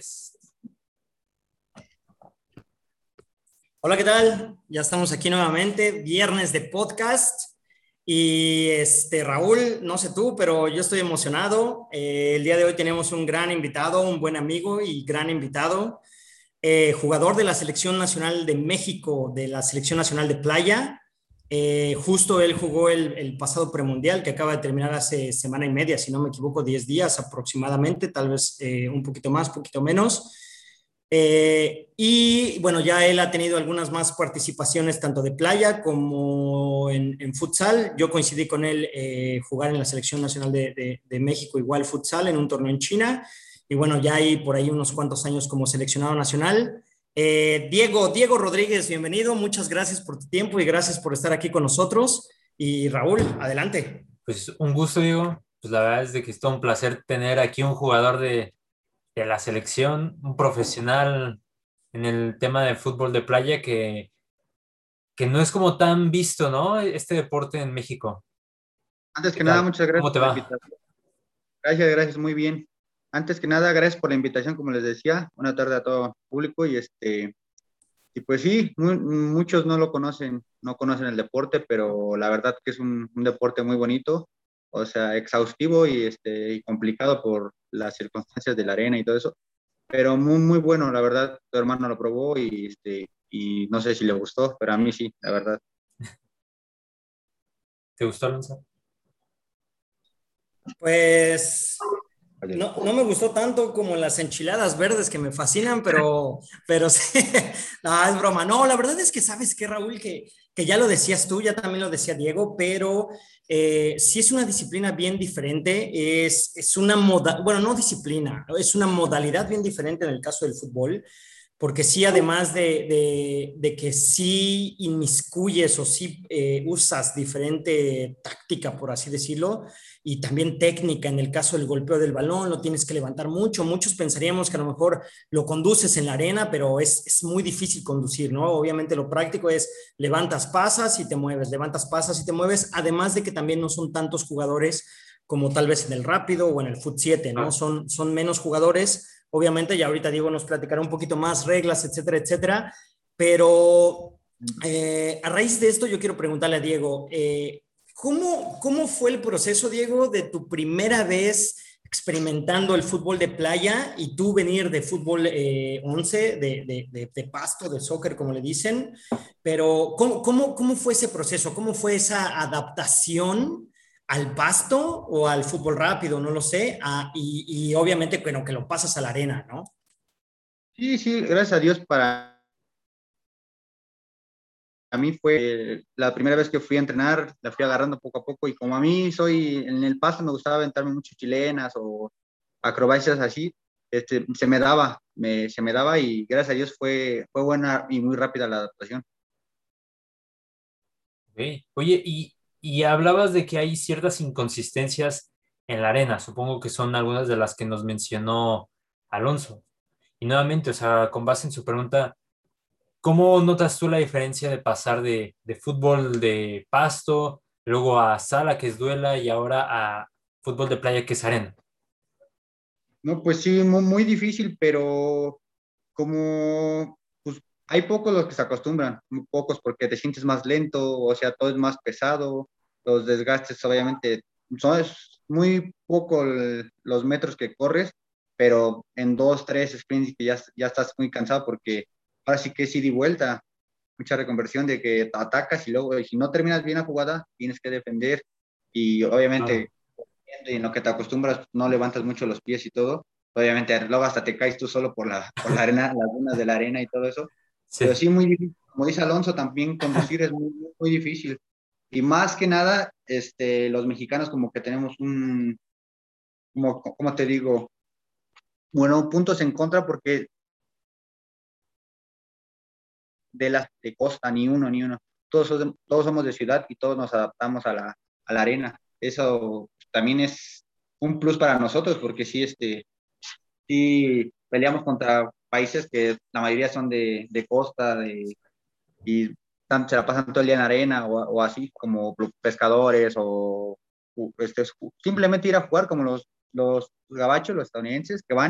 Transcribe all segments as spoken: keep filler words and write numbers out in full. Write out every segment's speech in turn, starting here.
Podcast. Hola, ¿qué tal? Ya estamos aquí nuevamente, viernes de podcast. Y este, Raúl, no sé tú, pero yo estoy emocionado. Eh, el día de hoy tenemos un gran invitado, un buen amigo y gran invitado, eh, jugador de la Selección Nacional de México, de la Selección Nacional de Playa. Eh, justo él jugó el, el pasado premundial que acaba de terminar hace semana y media, si no me equivoco, diez días aproximadamente, tal vez eh, un poquito más, poquito menos. Eh, y bueno, ya él ha tenido algunas más participaciones tanto de playa como en, en futsal. Yo coincidí con él eh, jugar en la Selección Nacional de, de, de México, igual futsal, en un torneo en China. Y bueno, ya hay por ahí unos cuantos años como seleccionado nacional. Eh, Diego, Diego Rodríguez, bienvenido. Muchas gracias por tu tiempo y gracias por estar aquí con nosotros. Y Raúl, adelante. Pues un gusto, Diego. Pues la verdad es de que es todo un placer tener aquí un jugador de, de la selección, un profesional en el tema de fútbol de playa que, que no es como tan visto, ¿no? Este deporte en México. Antes ¿Qué que nada, tal? muchas gracias ¿Cómo te por la va? invitación. Gracias, gracias, muy bien. Antes que nada, gracias por la invitación, como les decía. Buena tarde a todo el público y este, y pues sí, mu- muchos no lo conocen, no conocen el deporte, pero la verdad que es un, un deporte muy bonito, o sea, exhaustivo y este, y complicado por las circunstancias de la arena y todo eso, pero muy, muy bueno, la verdad. Tu hermano lo probó y este, y no sé si le gustó, pero a mí sí, la verdad. ¿Te gustó, Alonso? Pues no, no me gustó tanto como las enchiladas verdes que me fascinan, pero, pero sí, no, es broma. No, la verdad es que sabes qué, Raúl, que, que ya lo decías tú, ya también lo decía Diego, pero eh, sí es una disciplina bien diferente, es, es una moda, bueno, no disciplina, es una modalidad bien diferente en el caso del fútbol, porque sí, además de, de, de que sí inmiscuyes o sí eh, usas diferente táctica, por así decirlo, y también técnica en el caso del golpeo del balón, lo tienes que levantar mucho. Muchos pensaríamos que a lo mejor lo conduces en la arena, pero es, es muy difícil conducir, ¿no? Obviamente lo práctico es levantas, pasas y te mueves, levantas, pasas y te mueves, además de que también no son tantos jugadores como tal vez en el rápido o en el fut siete, ¿no? Ah, Son, son menos jugadores. Obviamente, ya ahorita Diego nos platicará un poquito más reglas, etcétera, etcétera. Pero eh, a raíz de esto, yo quiero preguntarle a Diego, eh, ¿cómo, ¿cómo fue el proceso, Diego, de tu primera vez experimentando el fútbol de playa y tú venir de fútbol eh, once, de, de, de, de, pasto, de soccer, como le dicen? Pero, ¿cómo, cómo, ¿cómo fue ese proceso? ¿Cómo fue esa adaptación al pasto o al fútbol rápido? No lo sé. Ah, y, y obviamente, bueno, que lo pasas a la arena, ¿no? Sí, sí, gracias a Dios para a mí fue la primera vez que fui a entrenar, la fui agarrando poco a poco y como a mí soy en el pasto me gustaba aventarme mucho chilenas o acrobacias así, este, se me daba, me, se me daba y gracias a Dios fue, fue buena y muy rápida la adaptación. ok. Oye, y, y hablabas de que hay ciertas inconsistencias en la arena. Supongo que son algunas de las que nos mencionó Alonso. Y nuevamente, o sea, con base en su pregunta, ¿cómo notas tú la diferencia de pasar de, de fútbol de pasto, luego a sala, que es duela, y ahora a fútbol de playa, que es arena? No, pues sí, muy, muy difícil, pero como pues, hay pocos los que se acostumbran, muy pocos porque te sientes más lento, o sea, todo es más pesado, los desgastes obviamente son es muy poco el- los metros que corres, pero en dos, tres sprints que ya, ya estás muy cansado porque ahora sí que es ida y vuelta, mucha reconversión de que atacas y luego y si no terminas bien la jugada, tienes que defender y Claro. obviamente y en lo que te acostumbras no levantas mucho los pies y todo. Obviamente, luego hasta te caes tú solo por la, por la arena, las dunas de la arena y todo eso. Pero Sí. sí, muy difícil. Como dice Alonso, también conducir es muy, muy, muy difícil. Y más que nada, este, los mexicanos como que tenemos un, como, como te digo, bueno, puntos en contra porque de las de costa, ni uno, ni uno. Todos, somos- todos somos de ciudad y todos nos adaptamos a la, a la arena. Eso también es un plus para nosotros porque sí, este, sí peleamos contra países que la mayoría son de, de costa de, y tan- se la pasan todo el día en la arena o, o así como pescadores o u- este, simplemente ir a jugar como los, los gabachos, los estadounidenses que van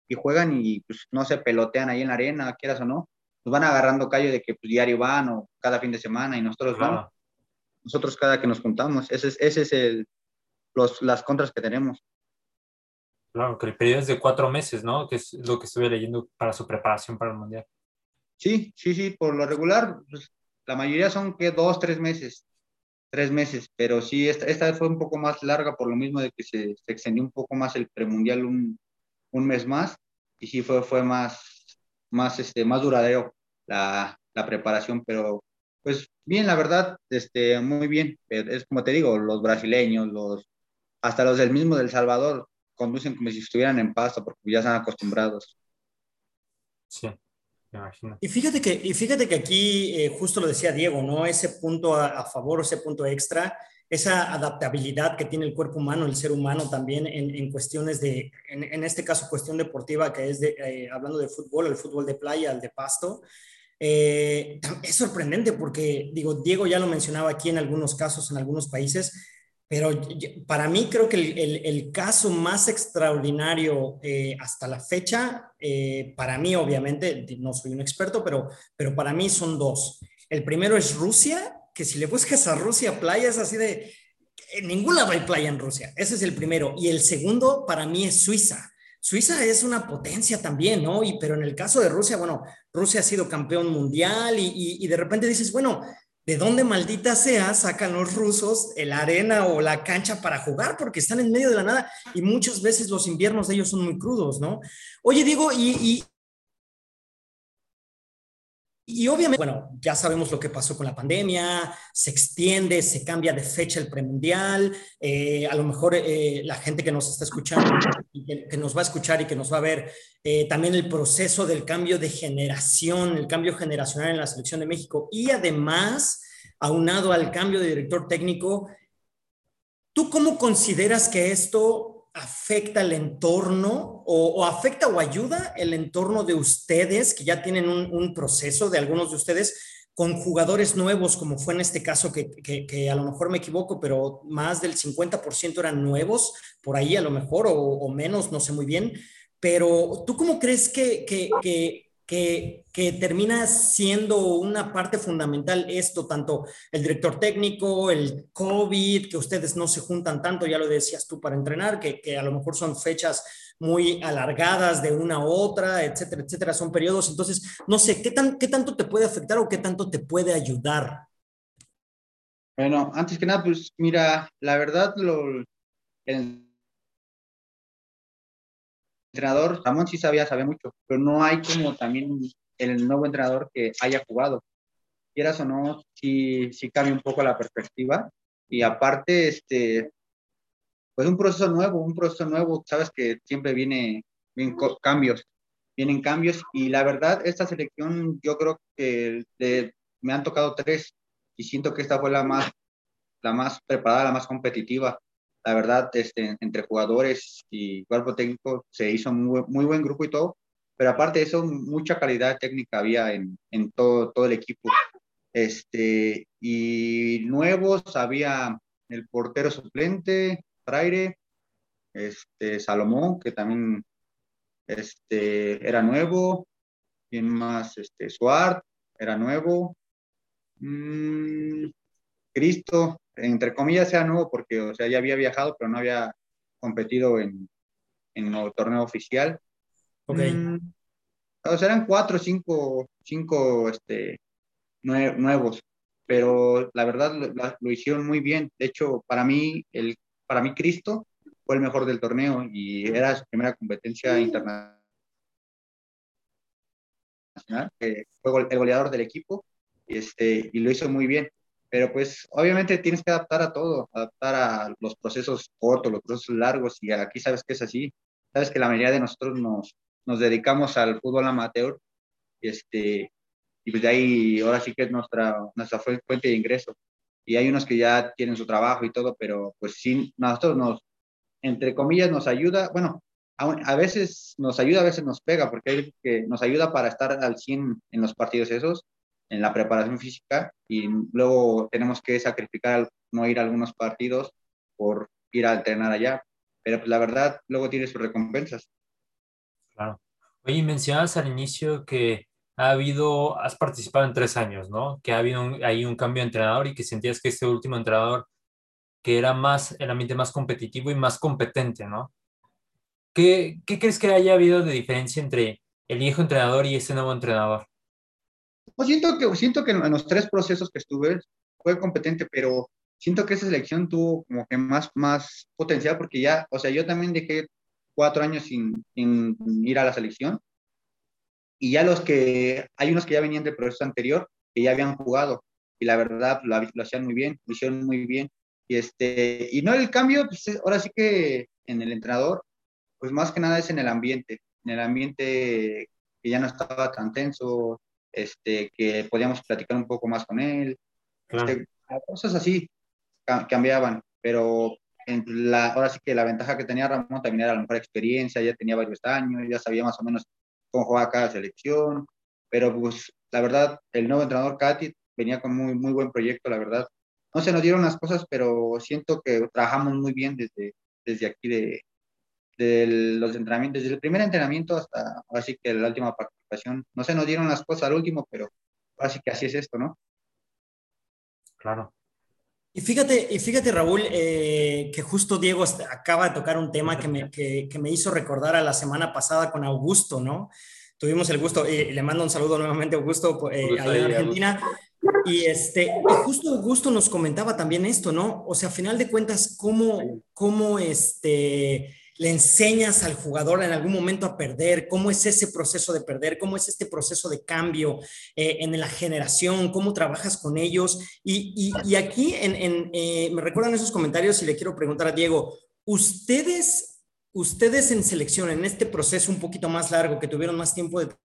y juegan y pues no se pelotean ahí en la arena, quieras o no, nos van agarrando callo de que pues, diario van o cada fin de semana y nosotros no, Claro, nosotros cada que nos juntamos, ese es, ese es el, los, las contras que tenemos. claro, que el periodo es de cuatro meses, ¿no? Que es lo que estuve leyendo para su preparación para el Mundial. Sí, sí, sí, por lo regular, pues, la mayoría son que dos, tres meses, tres meses, pero sí, esta, esta vez fue un poco más larga por lo mismo de que se, se extendió un poco más el premundial un, un mes más y sí fue, fue más, más, este, más duradero la, la preparación, pero pues bien, la verdad, este, muy bien. Pero es como te digo, los brasileños, los, hasta los del mismo del Salvador conducen como si estuvieran en pasta porque ya están acostumbrados. Sí, me imagino. Y fíjate que, y fíjate que aquí eh, justo lo decía Diego, ¿no? Ese punto a, a favor, ese punto extra, esa adaptabilidad que tiene el cuerpo humano, el ser humano también en, en cuestiones de, en, en, este caso, cuestión deportiva, que es de, eh, hablando de fútbol, el fútbol de playa, el de pasto, eh, es sorprendente porque, digo, Diego ya lo mencionaba aquí en algunos casos, en algunos países, pero para mí creo que el, el, el caso más extraordinario eh, hasta la fecha, eh, para mí obviamente, no soy un experto, pero, pero para mí son dos. El primero es Rusia, que si le buscas a Rusia playa es así de, en ningún lado hay playa en Rusia, ese es el primero. Y el segundo para mí es Suiza. Suiza es una potencia también, ¿no? Y, pero en el caso de Rusia, bueno, Rusia ha sido campeón mundial y, y, y de repente dices, bueno, ¿de dónde maldita sea sacan los rusos el arena o la cancha para jugar? Porque están en medio de la nada y muchas veces los inviernos de ellos son muy crudos, ¿no? Oye, Diego, y, y, y obviamente, bueno, ya sabemos lo que pasó con la pandemia, se extiende, se cambia de fecha el premundial, eh, a lo mejor eh, la gente que nos está escuchando y que, que, nos va a escuchar y que nos va a ver, eh, también el proceso del cambio de generación, el cambio generacional en la selección de México y además, aunado al cambio de director técnico, ¿tú cómo consideras que esto afecta el entorno o, o afecta o ayuda el entorno de ustedes que ya tienen un, un proceso de algunos de ustedes con jugadores nuevos, como fue en este caso, que, que, que, a lo mejor me equivoco, pero más del cincuenta por ciento eran nuevos, por ahí a lo mejor, o, o menos, no sé muy bien. Pero ¿tú cómo crees que, que, que, que, que termina siendo una parte fundamental esto, tanto el director técnico, el COVID, que ustedes no se juntan tanto, ya lo decías tú, para entrenar, que, que a lo mejor son fechas muy alargadas de una a otra, etcétera, etcétera, son periodos. Entonces, no sé, ¿qué, tan, qué tanto te puede afectar o qué tanto te puede ayudar? Bueno, antes que nada, pues mira, la verdad, lo, el entrenador, Ramón sí sabía, sabía mucho, pero no hay como también el nuevo entrenador que haya jugado. Quieras o no, sí, sí cambia un poco la perspectiva. Y aparte, este, pues un proceso nuevo, un proceso nuevo, sabes que siempre viene, vienen cambios, vienen cambios. Y la verdad, esta selección, yo creo que de, me han tocado tres y siento que esta fue la más, la más preparada, la más competitiva. La verdad, este, entre jugadores y cuerpo técnico se hizo muy, muy buen grupo y todo, pero aparte de eso, mucha calidad técnica había en, en todo, todo el equipo. Este, y nuevos, había el portero suplente, Fraire, este, Salomón, que también este, era nuevo, ¿quién más? Este, Suárez, era nuevo, mm, Cristo, entre comillas sea nuevo porque, o sea, ya había viajado, pero no había competido en, en el torneo oficial. Ok. Mm, o sea, eran cuatro, cinco, cinco, este, nue nuevos, pero la verdad lo, lo, hicieron muy bien. De hecho, para mí, el, para mí Cristo fue el mejor del torneo y era su primera competencia internacional, eh, fue el goleador del equipo y, este, y lo hizo muy bien. Pero pues obviamente tienes que adaptar a todo, adaptar a los procesos cortos, los procesos largos, y aquí sabes que es así. Sabes que la mayoría de nosotros nos, nos dedicamos al fútbol amateur y, este, y pues de ahí ahora sí que es nuestra, nuestra fuente de ingreso. Y hay unos que ya tienen su trabajo y todo, pero pues sí, nosotros nos, entre comillas, nos ayuda, bueno, a, a veces nos ayuda, a veces nos pega, porque hay que nos ayuda para estar al cien en los partidos esos, en la preparación física, y luego tenemos que sacrificar no ir a algunos partidos por ir a entrenar allá. Pero pues la verdad, luego tiene sus recompensas. Claro. Oye, mencionabas al inicio que ha habido, has participado en tres años, ¿no? Que ha habido un- ahí un cambio de entrenador y que sentías que este último entrenador, que era más, el ambiente más competitivo y más competente, ¿no? ¿Qué, qué crees que haya habido de diferencia entre el viejo entrenador y este nuevo entrenador? Pues siento que, siento que en los tres procesos que estuve fue competente, pero siento que esa selección tuvo como que más, más potencial porque ya, o sea, yo también dejé cuatro años sin, sin ir a la selección y ya los que, hay unos que ya venían del proceso anterior, que ya habían jugado y la verdad lo, lo hacían muy bien, lo hicieron muy bien. Y, este, y no el cambio, pues ahora sí que en el entrenador, pues más que nada es en el ambiente, en el ambiente que ya no estaba tan tenso, este, que podíamos platicar un poco más con él, Claro, este, cosas así ca- cambiaban, pero en la, ahora sí que la ventaja que tenía Ramón también era la mejor experiencia, ya tenía varios años, ya sabía más o menos cómo jugaba cada selección, pero pues la verdad, el nuevo entrenador Katy venía con muy, muy buen proyecto, la verdad. No se nos dieron las cosas, pero siento que trabajamos muy bien desde, desde aquí de, de los entrenamientos, desde el primer entrenamiento hasta así que la última participación. No se nos dieron las cosas al último, pero así que así es esto, ¿no? claro. Y fíjate, y fíjate Raúl, eh, que justo Diego acaba de tocar un tema que me, que, que me hizo recordar a la semana pasada con Augusto, ¿no? Tuvimos el gusto, y le mando un saludo nuevamente a Augusto, Un eh, gusto allá en ahí, Agus. Argentina. Y, este, y justo Augusto nos comentaba también esto, ¿no? O sea, a final de cuentas, ¿cómo, cómo este, le enseñas al jugador en algún momento a perder? ¿Cómo es ese proceso de perder? ¿Cómo es este proceso de cambio eh, en la generación? ¿Cómo trabajas con ellos? Y, y, y aquí en, en, eh, me recuerdan esos comentarios y le quiero preguntar a Diego, ¿ustedes, ustedes en selección, en este proceso un poquito más largo, que tuvieron más tiempo de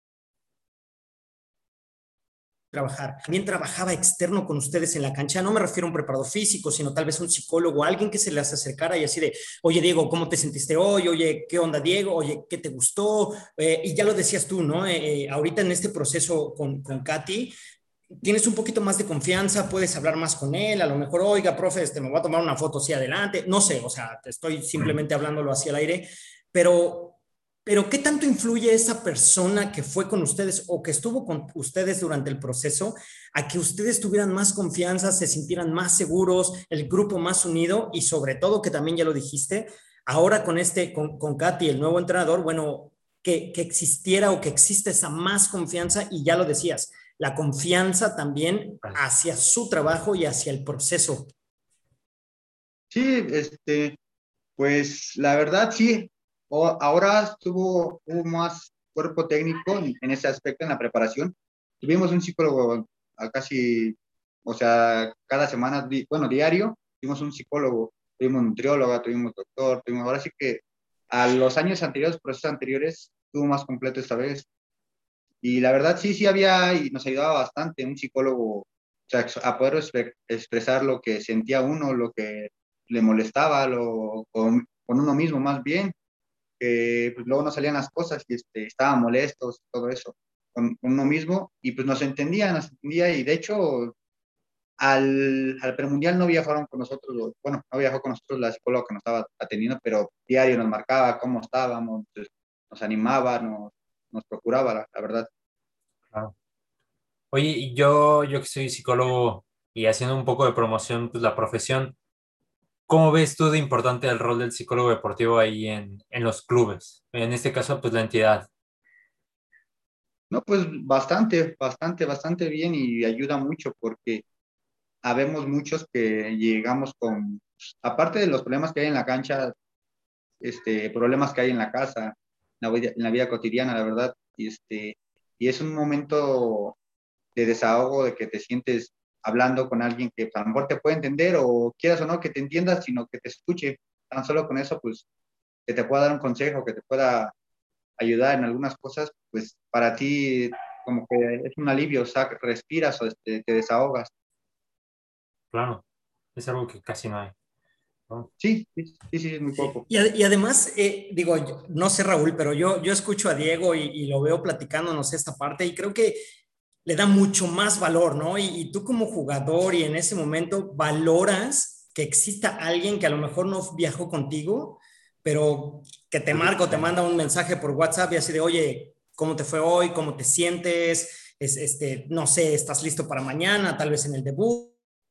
trabajar. También trabajaba externo con ustedes en la cancha. No me refiero a un preparador físico, sino tal vez un psicólogo, alguien que se les acercara y así de, oye, Diego, ¿cómo te sentiste hoy? Oye, ¿qué onda, Diego? Oye, ¿qué te gustó? Eh, y ya lo decías tú, ¿no? Eh, eh, ahorita en este proceso con, con Katy, tienes un poquito más de confianza, puedes hablar más con él, a lo mejor, oiga, profe, este, me voy a tomar una foto así adelante, no sé, o sea, te estoy simplemente hablándolo así al aire, pero, pero ¿qué tanto influye esa persona que fue con ustedes o que estuvo con ustedes durante el proceso a que ustedes tuvieran más confianza, se sintieran más seguros, el grupo más unido y sobre todo, que también ya lo dijiste, ahora con este, con, con Katy, el nuevo entrenador, bueno, que, que existiera o que exista esa más confianza y ya lo decías, la confianza también hacia su trabajo y hacia el proceso. Sí, este, pues la verdad sí, o, ahora estuvo, hubo más cuerpo técnico en, en ese aspecto, en la preparación. Tuvimos un psicólogo a casi, o sea, cada semana, di- bueno, diario, tuvimos un psicólogo, tuvimos nutrióloga, tuvimos doctor, tuvimos, ahora sí que a los años anteriores, procesos anteriores, estuvo más completo esta vez. Y la verdad sí, sí había y nos ayudaba bastante un psicólogo, o sea, a poder exp- expresar lo que sentía uno, lo que le molestaba, lo, con, con uno mismo más bien, que pues, luego no salían las cosas y este, estaban molestos, todo eso, con, con uno mismo, y pues nos entendía, nos entendía, y de hecho al, al premundial no viajaron con nosotros, bueno, no viajó con nosotros la psicóloga que nos estaba atendiendo, pero diario nos marcaba cómo estábamos, pues, nos animaba, nos, nos procuraba, la, la verdad. Claro. Oye, y yo, yo que soy psicólogo y haciendo un poco de promoción, pues la profesión, ¿cómo ves tú de importante el rol del psicólogo deportivo ahí en, en los clubes? En este caso, pues la entidad. No, pues bastante, bastante, bastante bien y ayuda mucho porque habemos muchos que llegamos con, aparte de los problemas que hay en la cancha, este, problemas que hay en la casa, en la vida, en la vida cotidiana, la verdad, y, este, y es un momento de desahogo, de que te sientes hablando con alguien que a lo mejor te puede entender o quieras o no que te entienda, sino que te escuche. Tan solo con eso, pues, que te pueda dar un consejo, que te pueda ayudar en algunas cosas, pues para ti como que es un alivio, o sea, respiras o este, te desahogas. Claro, es algo que casi no hay, ¿no? Sí, sí, sí, sí, es muy Sí. poco. Y, y, además, eh, digo, yo, no sé Raúl, pero yo, yo escucho a Diego y, y, lo veo platicándonos esta parte y creo que le da mucho más valor, ¿no? Y, y tú como jugador y en ese momento valoras que exista alguien que a lo mejor no viajó contigo, pero que te marca o te manda un mensaje por WhatsApp y así de, oye, ¿cómo te fue hoy? ¿Cómo te sientes? Es, este, no sé, ¿estás listo para mañana? Tal vez en el debut.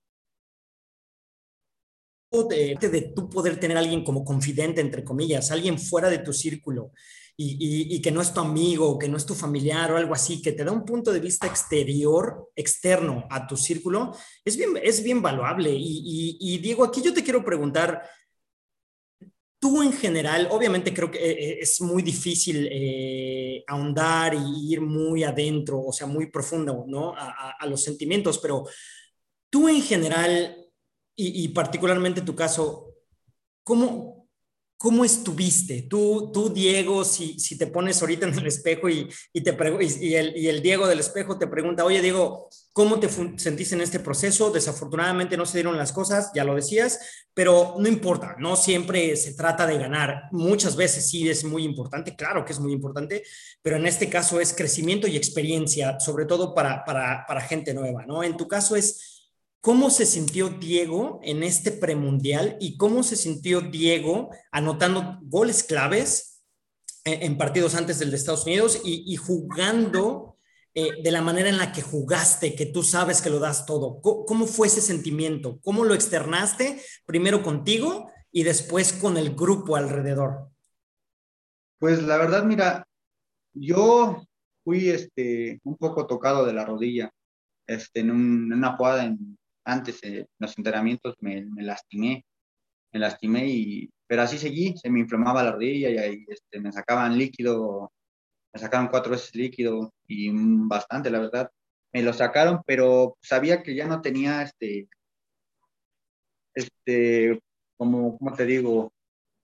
De, de tú poder tener a alguien como confidente, entre comillas, alguien fuera de tu círculo y, y, y, que no es tu amigo, que no es tu familiar o algo así, que te da un punto de vista exterior, externo a tu círculo, es bien, es bien valuable. Y, y, y Diego, aquí yo te quiero preguntar, tú en general, obviamente creo que eh, es muy difícil eh, ahondar y ir muy adentro, o sea, muy profundo, ¿no? A, a, a los sentimientos, pero tú en general, y, y particularmente tu caso, ¿Cómo, cómo estuviste? Tú, tú Diego, si, si te pones ahorita en el espejo y, y, te y, y, el, y el Diego del espejo te pregunta, oye Diego, ¿cómo te sentiste en este proceso? Desafortunadamente no se dieron las cosas, ya lo decías, pero no importa, no siempre se trata de ganar. Muchas veces sí es muy importante, claro que es muy importante, pero en este caso es crecimiento y experiencia, sobre todo para, para, para gente nueva, ¿no? En tu caso es... ¿Cómo se sintió Diego en este premundial y cómo se sintió Diego anotando goles claves en, en partidos antes del de Estados Unidos y, y jugando eh, de la manera en la que jugaste, que tú sabes que lo das todo? ¿Cómo, cómo fue ese sentimiento? ¿Cómo lo externaste primero contigo y después con el grupo alrededor? Pues la verdad, mira, yo fui este, un poco tocado de la rodilla, este, en, un, en una jugada en, antes, eh, en los entrenamientos me, me lastimé, me lastimé, y, pero así seguí, se me inflamaba la rodilla y ahí este, me sacaban líquido, me sacaron cuatro veces líquido y mm, bastante, la verdad. Me lo sacaron, pero sabía que ya no tenía este, este, como, ¿cómo te digo?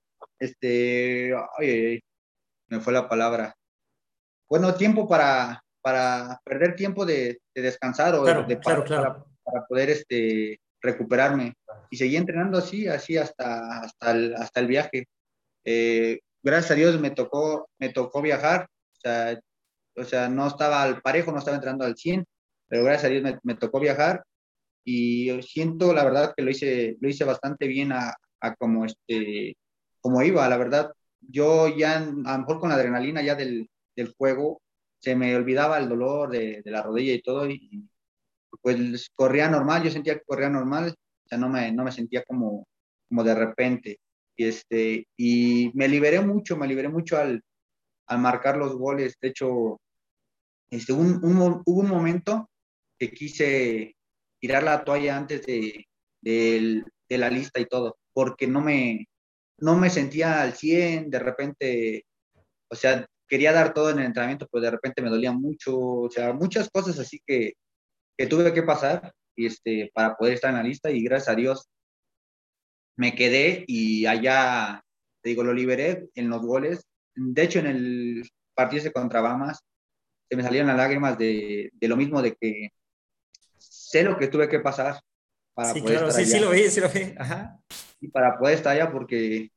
Este, ay, me fue la palabra. Bueno, tiempo para, para perder tiempo de, de descansar o de, de Claro, claro, parar para, claro. para poder este, recuperarme. Y seguí entrenando así, así hasta, hasta, el, hasta el viaje. Eh, gracias a Dios me tocó, me tocó viajar, o sea, o sea, no estaba al parejo, no estaba entrando al cien, pero gracias a Dios me, me tocó viajar y siento la verdad que lo hice, lo hice bastante bien a, a como, este, como iba, la verdad. Yo ya, a lo mejor con la adrenalina ya del, del juego, se me olvidaba el dolor de, de la rodilla y todo, y pues corría normal, yo sentía que corría normal, o sea, no me, no me sentía como, como de repente. Y, este, y me liberé mucho, me liberé mucho al, al marcar los goles. De hecho, este, un, un, hubo un momento que quise tirar la toalla antes de, de, de la lista y todo, porque no me, no me sentía al cien de repente, o sea, quería dar todo en el entrenamiento, pero de repente me dolía mucho, o sea, muchas cosas así que, que tuve que pasar y este, para poder estar en la lista, y gracias a Dios me quedé y allá, te digo, lo liberé en los goles. De hecho, en el partido ese contra Bahamas, se me salieron las lágrimas de, de lo mismo, de que sé lo que tuve que pasar para Sí, poder claro, estar sí, sí allá. lo vi, sí lo vi. Ajá. Y para poder estar allá, porque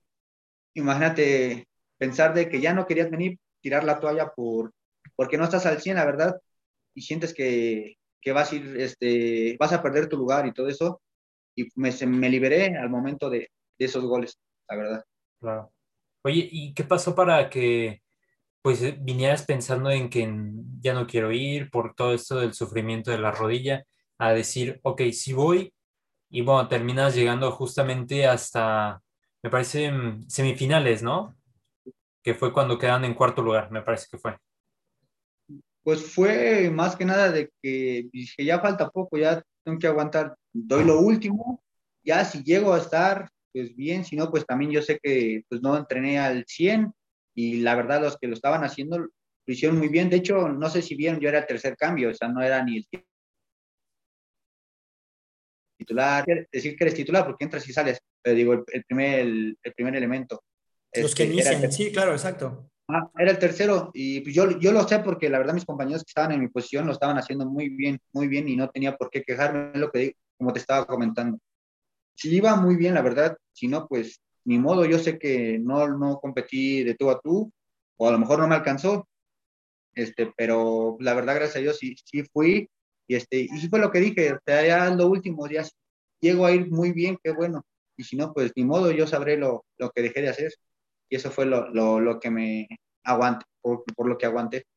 imagínate pensar de que ya no querías venir, tirar la toalla por, porque no estás al cien, la verdad, y sientes que, que vas a ir, este, vas a perder tu lugar y todo eso. Y me, me liberé al momento de, de esos goles, la verdad. Claro. Oye, ¿y qué pasó para que pues eh, vinieras pensando en que en- ya no quiero ir por todo esto del sufrimiento de la rodilla, a decir, ok, si voy, y bueno, terminas llegando justamente hasta, me parece, mm, semifinales, ¿no? Que fue cuando quedan en cuarto lugar, me parece que fue. Pues fue más que nada de que dije, ya falta poco, ya tengo que aguantar, doy lo último, ya si llego a estar, pues bien, si no, pues también yo sé que pues no entrené al cien, y la verdad los que lo estaban haciendo lo hicieron muy bien. De hecho, no sé si vieron, yo era el tercer cambio, o sea, no era ni el titular, decir que eres titular porque entras y sales, pero digo, el, el primer, el, el, primer elemento, Los que este, era el inician, tercer. sí, claro, exacto. Ah, era el tercero, y pues yo, yo lo sé porque la verdad mis compañeros que estaban en mi posición lo estaban haciendo muy bien, muy bien, y no tenía por qué quejarme, es lo que digo, como te estaba comentando. Si iba muy bien, la verdad, si no, pues ni modo, yo sé que no, no competí de tú a tú, o a lo mejor no me alcanzó, este, pero la verdad, gracias a Dios, sí, sí fui, y, este, y sí fue lo que dije, o sea, ya lo último, ya llego a ir muy bien, qué bueno, y si no, pues ni modo, yo sabré lo, lo que dejé de hacer. y eso fue lo, lo, lo que me aguanté, por, por lo que aguanté.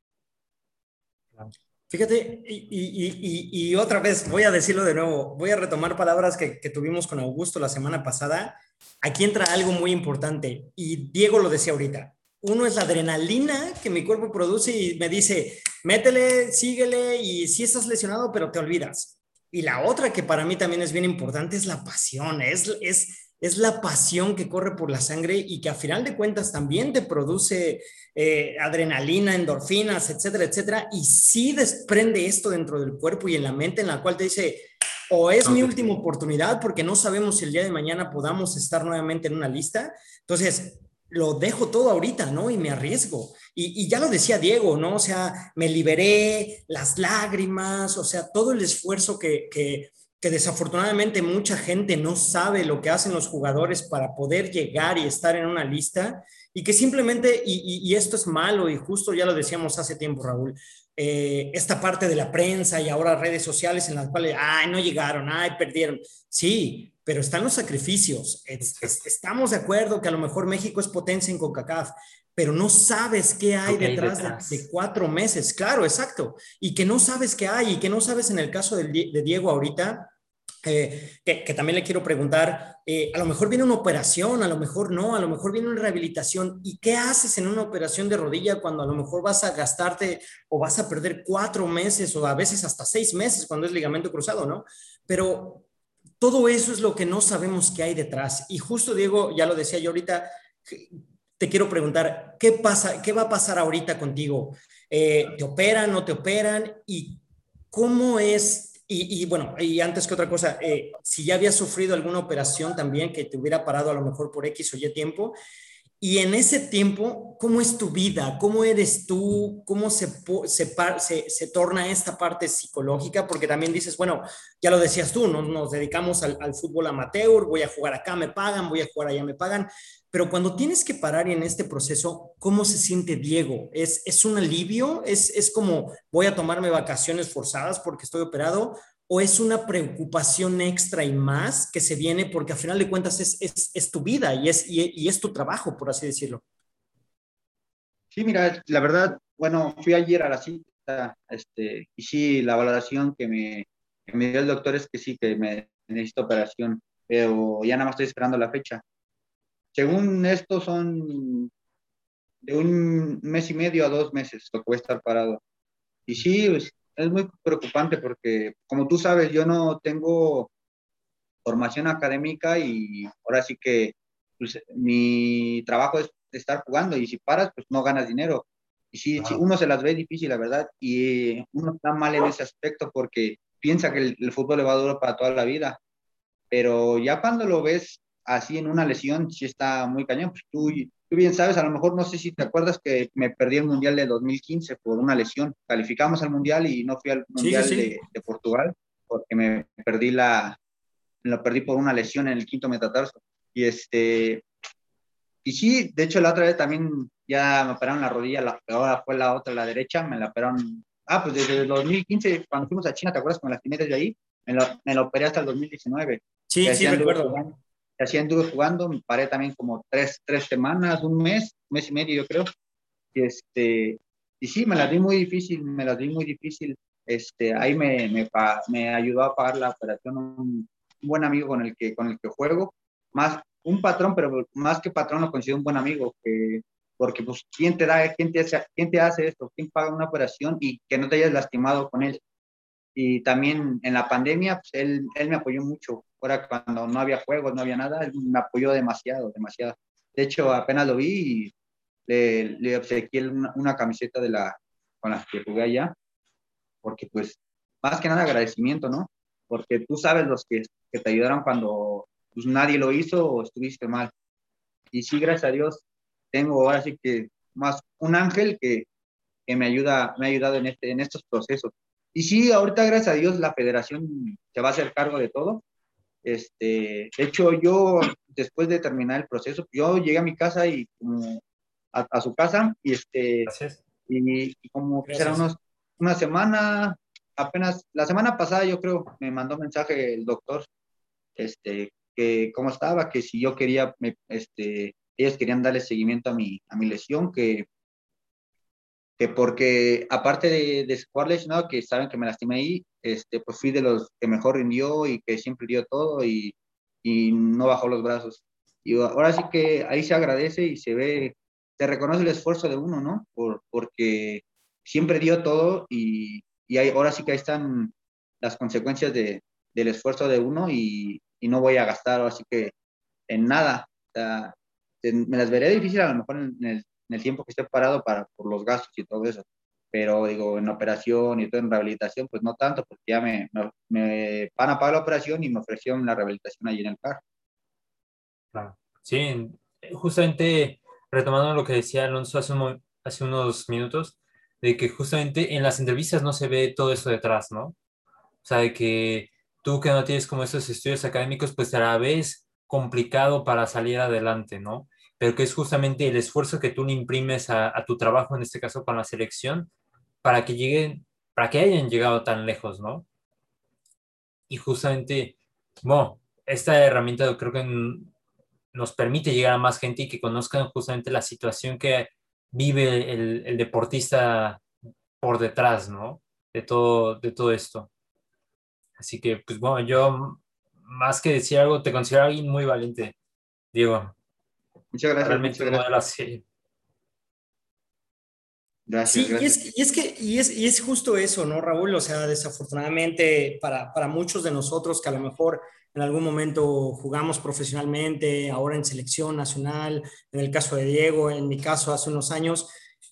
Fíjate, y, y, y, y, otra vez voy a decirlo de nuevo, voy a retomar palabras que, que tuvimos con Augusto la semana pasada. Aquí entra algo muy importante y Diego lo decía ahorita. Uno es la adrenalina que mi cuerpo produce y me dice, métele, síguele y sí estás lesionado, pero te olvidas. Y la otra que para mí también es bien importante es la pasión, es, es, es la pasión que corre por la sangre y que a final de cuentas también te produce eh, adrenalina, endorfinas, etcétera, etcétera, y sí desprende esto dentro del cuerpo y en la mente en la cual te dice, o es mi Okay. última oportunidad porque no sabemos si el día de mañana podamos estar nuevamente en una lista, entonces lo dejo todo ahorita, ¿no? Y me arriesgo. Y, y ya lo decía Diego, ¿no? O sea, me liberé, las lágrimas, o sea, todo el esfuerzo que, que, que desafortunadamente mucha gente no sabe lo que hacen los jugadores para poder llegar y estar en una lista y que simplemente, y, y, y esto es malo y justo ya lo decíamos hace tiempo, Raúl, eh, esta parte de la prensa y ahora redes sociales en las cuales, ay, no llegaron, ay, perdieron. Sí, pero están los sacrificios. Es, es, estamos de acuerdo que a lo mejor México es potencia en CONCACAF, pero no sabes qué hay Lo que hay detrás, de, de, detrás. cuatro meses. Claro, exacto. Y que no sabes qué hay y que no sabes en el caso de, de Diego ahorita. Eh, que, que, también le quiero preguntar, eh, a lo mejor viene una operación, a lo mejor no, a lo mejor viene una rehabilitación. ¿Y qué haces en una operación de rodilla cuando a lo mejor vas a gastarte o vas a perder cuatro meses o a veces hasta seis meses cuando es ligamento cruzado, ¿no? Pero todo eso es lo que no sabemos qué hay detrás. Y justo, Diego, ya lo decía yo ahorita, te quiero preguntar, ¿qué pasa, qué va a pasar ahorita contigo? Eh, ¿Te operan, no te operan? ¿Y cómo es? Y, y bueno, y antes que otra cosa, eh, si ya habías sufrido alguna operación también que te hubiera parado a lo mejor por X o Y tiempo, y en ese tiempo, ¿cómo es tu vida? ¿Cómo eres tú? ¿Cómo se, se, se, se torna esta parte psicológica? Porque también dices, bueno, ya lo decías tú, ¿no? Nos dedicamos al, al fútbol amateur, voy a jugar acá, me pagan, voy a jugar allá, me pagan. Pero cuando tienes que parar y en este proceso, ¿cómo se siente Diego? ¿Es, es un alivio? ¿Es, ¿Es como voy a tomarme vacaciones forzadas porque estoy operado? ¿O es una preocupación extra y más que se viene porque al final de cuentas es, es, es tu vida y es, y, y es tu trabajo, por así decirlo? Sí, mira, la verdad, bueno, fui ayer a la cita, este, y sí, la valoración que me, que me dio el doctor es que sí, que me necesito operación, pero ya nada más estoy esperando la fecha. Según esto, son de un mes y medio a dos meses lo que voy a estar parado. Y sí, es, es muy preocupante porque, como tú sabes, yo no tengo formación académica y ahora sí que pues, mi trabajo es estar jugando y si paras, pues no ganas dinero. Y sí, sí, Claro. uno se las ve difícil, la verdad, y uno está mal en ese aspecto porque piensa que el, el fútbol le va a durar para toda la vida, pero ya cuando lo ves así en una lesión, sí está muy cañón. Pues tú, tú bien sabes, a lo mejor no sé si te acuerdas que me perdí el Mundial de dos mil quince por una lesión. Calificamos al Mundial y no fui al Sí, sí, Mundial sí. de, de Portugal porque me perdí la, lo perdí por una lesión en el quinto metatarso. Y este, y sí, de hecho la otra vez también ya me operaron la rodilla, la, ahora fue la otra, la derecha, me la operaron, ah, pues desde el dos mil quince, cuando fuimos a China, ¿te acuerdas? Con las lastimé de ahí, me lo, me lo operé hasta el dos mil diecinueve. Y Sí, así sí, anduve recuerdo. jugando, y así anduve jugando, me paré también como tres, tres semanas, un mes, un mes y medio yo creo. Y este, y sí, me las di muy difícil, me las di muy difícil. Este, ahí me, me, me ayudó a pagar la operación un, un buen amigo con el que, con el que juego, más un patrón, pero más que patrón lo considero un buen amigo, que, porque pues, ¿quién te da, quién te, hace, quién te hace esto? ¿Quién paga una operación y que no te hayas lastimado con él? Y también en la pandemia, pues él, él me apoyó mucho. Ahora cuando no había juegos, no había nada, él me apoyó demasiado, demasiado. De hecho, apenas lo vi y le, le obsequié una, una camiseta de la, con la que jugué allá, porque pues, más que nada agradecimiento, ¿no? Porque tú sabes los que, que te ayudaron cuando pues, nadie lo hizo o estuviste mal. Y sí, gracias a Dios, tengo ahora sí que más un ángel que, que me ayuda, me ha ayudado en, este, en estos procesos. Y sí, ahorita gracias a Dios la federación se va a hacer cargo de todo. Este, de hecho, yo después de terminar el proceso, yo llegué a mi casa y como a, a su casa y este Gracias. y, y como pues era Gracias. unos, una semana, apenas la semana pasada yo creo me mandó mensaje el doctor este que cómo estaba, que si yo quería me, este ellos querían darle seguimiento a mi, a mi lesión, que, que porque aparte de, de jugar lesionado, que saben que me lastimé ahí, este, pues fui de los que mejor rindió y que siempre dio todo y, y no bajó los brazos. Y ahora sí que ahí se agradece y se ve, se reconoce el esfuerzo de uno, ¿no? Por, porque siempre dio todo y, y ahí, ahora sí que ahí están las consecuencias de, del esfuerzo de uno y, y no voy a gastar así que en nada. O sea, me las veré difícil a lo mejor en el, en el tiempo que esté parado para, por los gastos y todo eso. Pero digo, en operación y todo en rehabilitación, pues no tanto, porque ya me, me, me van a pagar la operación y me ofrecieron la rehabilitación allí en el C A R. Claro. Sí, justamente retomando lo que decía Alonso hace, un hace unos minutos, de que justamente en las entrevistas no se ve todo eso detrás, ¿no? O sea, de que tú que no tienes como esos estudios académicos, pues a la vez complicado para salir adelante, ¿no? Pero que es justamente el esfuerzo que tú le imprimes a, a tu trabajo, en este caso con la selección, para que lleguen, para que hayan llegado tan lejos, ¿no? Y justamente, bueno, esta herramienta creo que nos permite llegar a más gente y que conozcan justamente la situación que vive el, el deportista por detrás, ¿no? De todo, de todo esto. Así que, pues bueno, yo más que decir algo, te considero alguien muy valiente, Diego. Muchas gracias, Realmente muchas un modelo gracias. así. Gracias, Sí, y gracias. es, y es que, y es, y es justo eso, ¿no, Raúl? O sea, desafortunadamente para, para muchos de nosotros que a lo mejor en algún momento jugamos profesionalmente, ahora en selección nacional, en el caso de Diego, en mi caso hace unos años,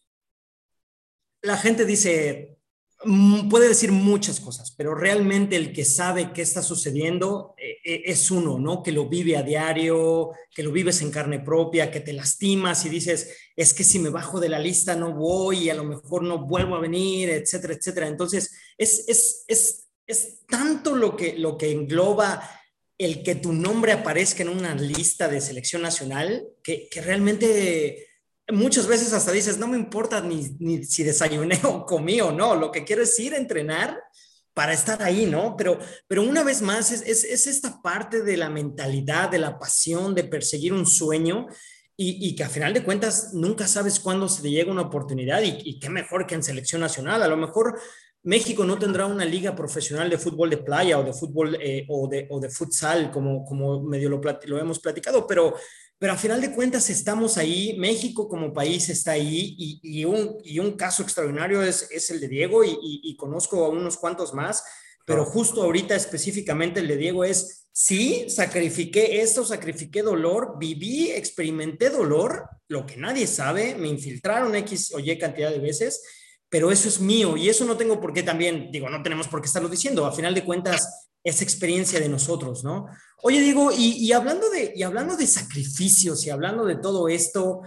la gente dice, mm, puede decir muchas cosas, pero realmente el que sabe qué está sucediendo eh, eh, es uno, ¿no? Que lo vive a diario, que lo vives en carne propia, que te lastimas y dices, es que si me bajo de la lista no voy y a lo mejor no vuelvo a venir, etcétera, etcétera. Entonces, es, es, es, es tanto lo que, lo que engloba el que tu nombre aparezca en una lista de selección nacional, que, que realmente muchas veces hasta dices, no me importa ni, ni si desayuné o comí o no, lo que quiero es ir a entrenar para estar ahí, ¿no? Pero, pero una vez más, es, es, es esta parte de la mentalidad, de la pasión, de perseguir un sueño y, y que a final de cuentas nunca sabes cuándo se te llega una oportunidad y, y qué mejor que en selección nacional. A lo mejor México no tendrá una liga profesional de fútbol de playa o de fútbol eh, o, de, o de futsal, como, como medio lo, lo hemos platicado, pero pero a final de cuentas estamos ahí, México como país está ahí y, y, un, y un, caso extraordinario es, es el de Diego y, y, y, conozco a unos cuantos más, pero Claro. justo ahorita específicamente el de Diego es, sí, sacrifiqué esto, sacrifiqué dolor, viví, experimenté dolor, lo que nadie sabe, me infiltraron X o Y cantidad de veces, pero eso es mío y eso no tengo por qué también, digo, no tenemos por qué estarlo diciendo, a final de cuentas es experiencia de nosotros, ¿no? Oye, Diego, y, y, hablando de, y hablando de sacrificios y hablando de todo esto,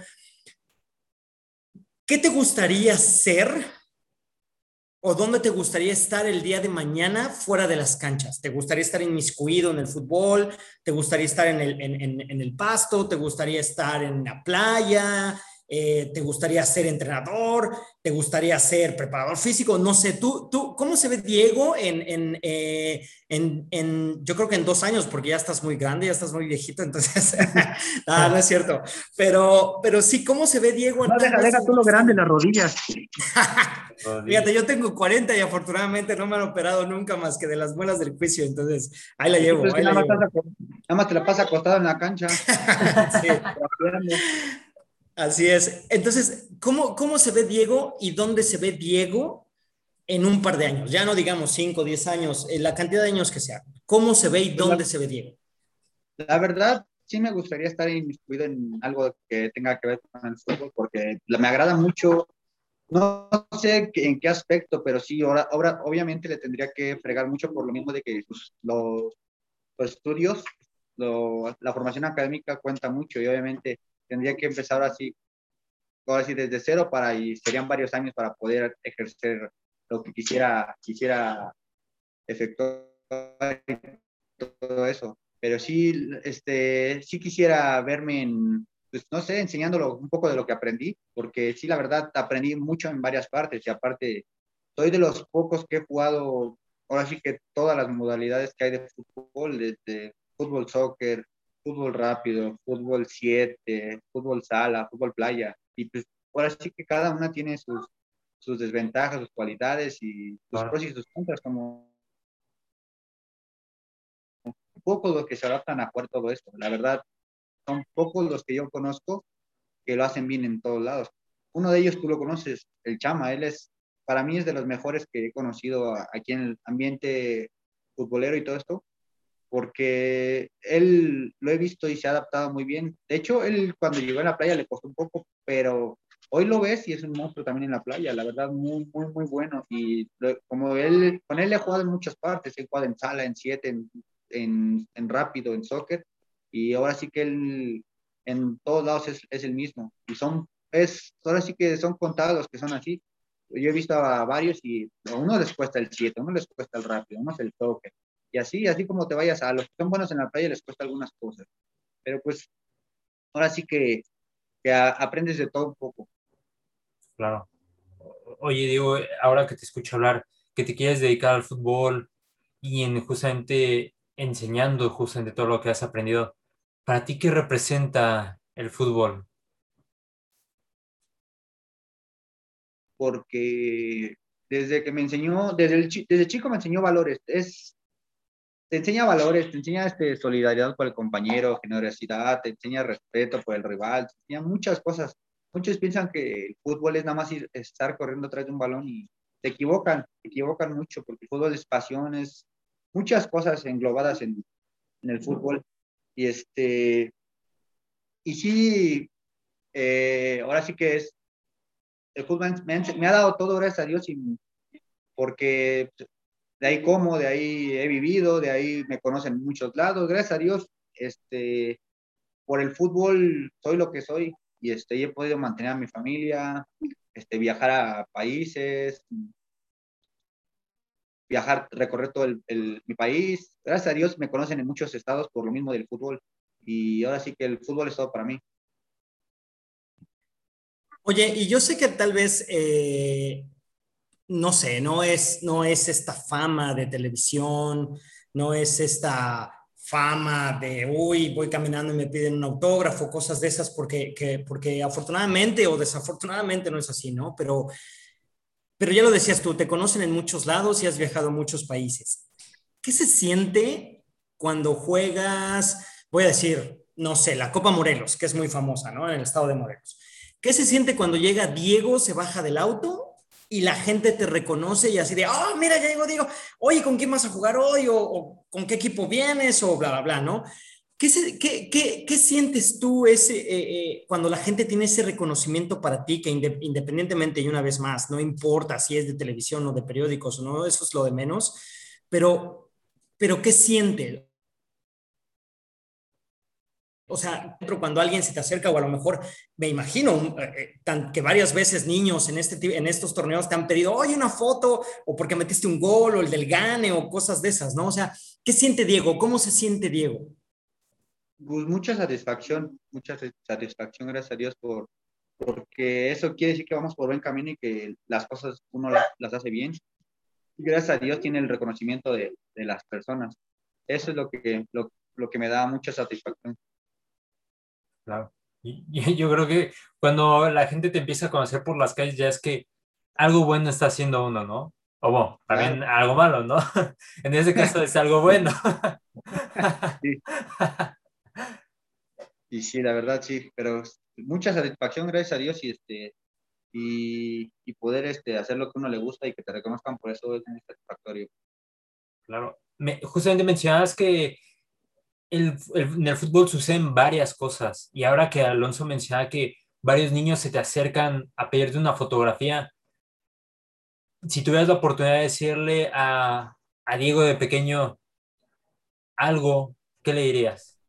¿qué te gustaría ser o dónde te gustaría estar el día de mañana fuera de las canchas? ¿Te gustaría estar inmiscuido en el fútbol? ¿Te gustaría estar en el, en, en, en el pasto? ¿Te gustaría estar en la playa? Eh, ¿Te gustaría ser entrenador? ¿Te gustaría ser preparador físico? No sé, tú, tú ¿cómo se ve Diego en, en, eh, en, en, yo creo que en dos años, porque ya estás muy grande, ya estás muy viejito, entonces, ah, no es cierto, pero, pero sí, ¿cómo se ve Diego No, tal deja, vez deja en tú lo dos grande, años? las rodillas. Fíjate, yo tengo cuarenta y afortunadamente no me han operado nunca más que de las muelas del juicio, entonces ahí la Sí, pero llevo, es que ahí la nada más, llevo. estás aco- nada más te la pasas acostado en la cancha. Sí, Rapeando. así es. Entonces, ¿cómo, ¿cómo se ve Diego y dónde se ve Diego en un par de años? Ya no digamos cinco, diez años, eh, la cantidad de años que sea. ¿Cómo se ve y Pues la, dónde se ve Diego? la verdad, sí me gustaría estar inmiscuido en algo que tenga que ver con el fútbol, porque la- me agrada mucho. No sé qué- en qué aspecto, pero sí, ahora, ahora obviamente le tendría que fregar mucho por lo mismo de que pues, los, los estudios, lo- la formación académica cuenta mucho y obviamente tendría que empezar así, ahora sí desde cero para y serían varios años para poder ejercer lo que quisiera, quisiera efectuar todo eso. Pero sí, este, sí quisiera verme en, pues no sé, enseñándolo un poco de lo que aprendí, porque sí, la verdad, aprendí mucho en varias partes y aparte, soy de los pocos que he jugado, ahora sí que todas las modalidades que hay de fútbol, desde fútbol, soccer, fútbol rápido, fútbol siete, fútbol sala, fútbol playa. Y pues ahora sí que cada una tiene sus, sus desventajas, sus cualidades y sus Claro, pros y sus contras, como pocos los que se adaptan a jugar todo esto. La verdad, son pocos los que yo conozco que lo hacen bien en todos lados. Uno de ellos tú lo conoces, el Chama, él es, para mí es de los mejores que he conocido aquí en el ambiente futbolero y todo esto, porque él lo he visto y se ha adaptado muy bien. De hecho, él cuando llegó a la playa le costó un poco, pero hoy lo ves y es un monstruo también en la playa, la verdad, muy, muy, muy bueno. Y lo, como él, con él he jugado en muchas partes, he jugado en sala, en siete, en, en, en rápido, en soccer, y ahora sí que él en todos lados es, es el mismo. Y son, es, ahora sí que son contados los que son así. Yo he visto a varios y a uno les cuesta el siete, a uno les cuesta el rápido, a uno es el toque. Y así, así como te vayas a los que son buenos en la playa les cuesta algunas cosas. Pero pues ahora sí que, que a, aprendes de todo un poco. claro. Oye, Diego, ahora que te escucho hablar, que te quieres dedicar al fútbol y en justamente enseñando justamente todo lo que has aprendido, ¿para ti qué representa el fútbol? Porque desde que me enseñó, desde, el, desde chico me enseñó valores. Es, te enseña valores, te enseña este, solidaridad por el compañero, generosidad, te enseña respeto por el rival, te enseña muchas cosas. Muchos piensan que el fútbol es nada más ir, estar corriendo atrás de un balón y se equivocan, se equivocan mucho porque el fútbol es pasión, es muchas cosas englobadas en, en el fútbol. Y este, y sí, eh, ahora sí que es, el fútbol me, me, ha dado todo, gracias a Dios, y, porque de ahí como, de ahí he vivido, de ahí me conocen en muchos lados, gracias a Dios, este, por el fútbol soy lo que soy y este, he podido mantener a mi familia, este, viajar a países, viajar, recorrer todo el, el, mi país. Gracias a Dios me conocen en muchos estados por lo mismo del fútbol y ahora sí que el fútbol es todo para mí. Oye, y yo sé que tal vez, eh, no sé, no es, no es esta fama de televisión, no es esta fama de, uy, voy caminando y me piden un autógrafo, cosas de esas, porque, que, porque afortunadamente o desafortunadamente no es así, ¿no? Pero, pero ya lo decías tú, te conocen en muchos lados y has viajado a muchos países. ¿Qué se siente cuando juegas, voy a decir, no sé, la Copa Morelos, que es muy famosa, ¿no? En el estado de Morelos. ¿Qué se siente cuando llega Diego, se baja del auto y la gente te reconoce y así de, oh, mira, ya llegó Diego, oye, ¿con quién vas a jugar hoy? O, o ¿con qué equipo vienes? O bla, bla, bla, ¿no? ¿Qué, se, qué, qué, qué sientes tú ese, eh, eh, cuando la gente tiene ese reconocimiento para ti, que inde, independientemente, y una vez más, no importa si es de televisión o de periódicos o no, eso es lo de menos, pero, pero ¿qué sientes? O sea, cuando alguien se te acerca o a lo mejor me imagino eh, tan, que varias veces niños en, este, en estos torneos te han pedido, oye, una foto o porque metiste un gol o el del gane o cosas de esas, ¿no? O sea, ¿qué siente Diego? ¿Cómo se siente Diego? Pues mucha satisfacción, mucha satisfacción, gracias a Dios, por, porque eso quiere decir que vamos por buen camino y que las cosas uno las, las hace bien. Y gracias a Dios tiene el reconocimiento de, de las personas. Eso es lo que, lo, lo que me da mucha satisfacción. Claro. Y, y yo creo que cuando la gente te empieza a conocer por las calles, ya es que algo bueno está haciendo uno, ¿no? O bueno, Claro, también algo malo, ¿no? En ese caso es algo bueno. sí, y sí, la verdad sí, pero mucha satisfacción, gracias a Dios, y este, y, y poder este, hacer lo que a uno le gusta y que te reconozcan por eso es muy satisfactorio. Claro. Me, justamente mencionabas que el, el- en el fútbol suceden varias cosas y ahora que Alonso mencionaba que varios niños se te acercan a pedirte una fotografía, si tuvieras la oportunidad de decirle a, a Diego de pequeño algo, ¿qué le dirías?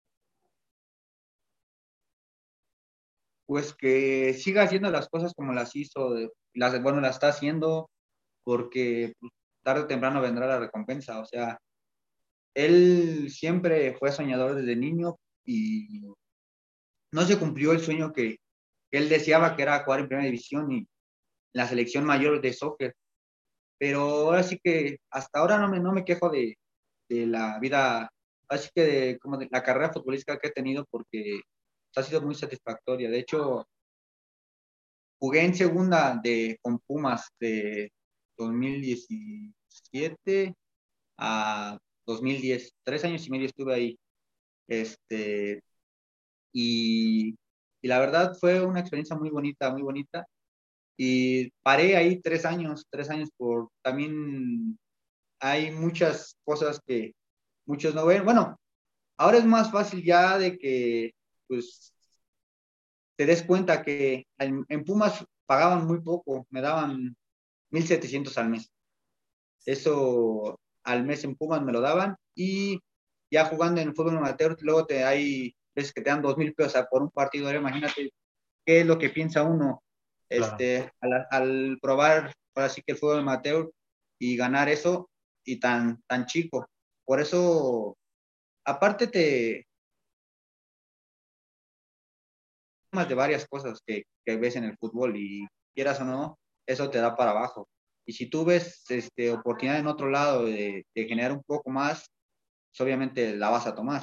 Pues que siga haciendo las cosas como las hizo, de- las, bueno, las está haciendo, porque pues, tarde o temprano vendrá la recompensa. O sea, él siempre fue soñador desde niño y no se cumplió el sueño que, que él deseaba, que era jugar en primera división y la selección mayor de soccer. Pero ahora sí que hasta ahora no me, no me quejo de, de la vida así que de, como de la carrera futbolística que he tenido porque ha sido muy satisfactoria. De hecho, jugué en segunda de, con Pumas de dos mil diecisiete a dos mil diez. Tres años y medio estuve ahí. Este, y, y la verdad fue una experiencia muy bonita, muy bonita. Y paré ahí tres años, tres años por también hay muchas cosas que muchos no ven. Bueno, ahora es más fácil ya de que pues te des cuenta que en, en Pumas pagaban muy poco, me daban mil setecientos al mes. Eso al mes en Pumas me lo daban y ya jugando en el fútbol amateur, luego te hay veces que te dan dos mil pesos por un partido. Ahora imagínate qué es lo que piensa uno Claro. este, al, al probar ahora sí que el fútbol amateur y ganar eso y tan, tan chico. Por eso, aparte te más de varias cosas que, que ves en el fútbol y quieras o no, eso te da para abajo. Y si tú ves este, oportunidad en otro lado de, de generar un poco más, pues obviamente la vas a tomar.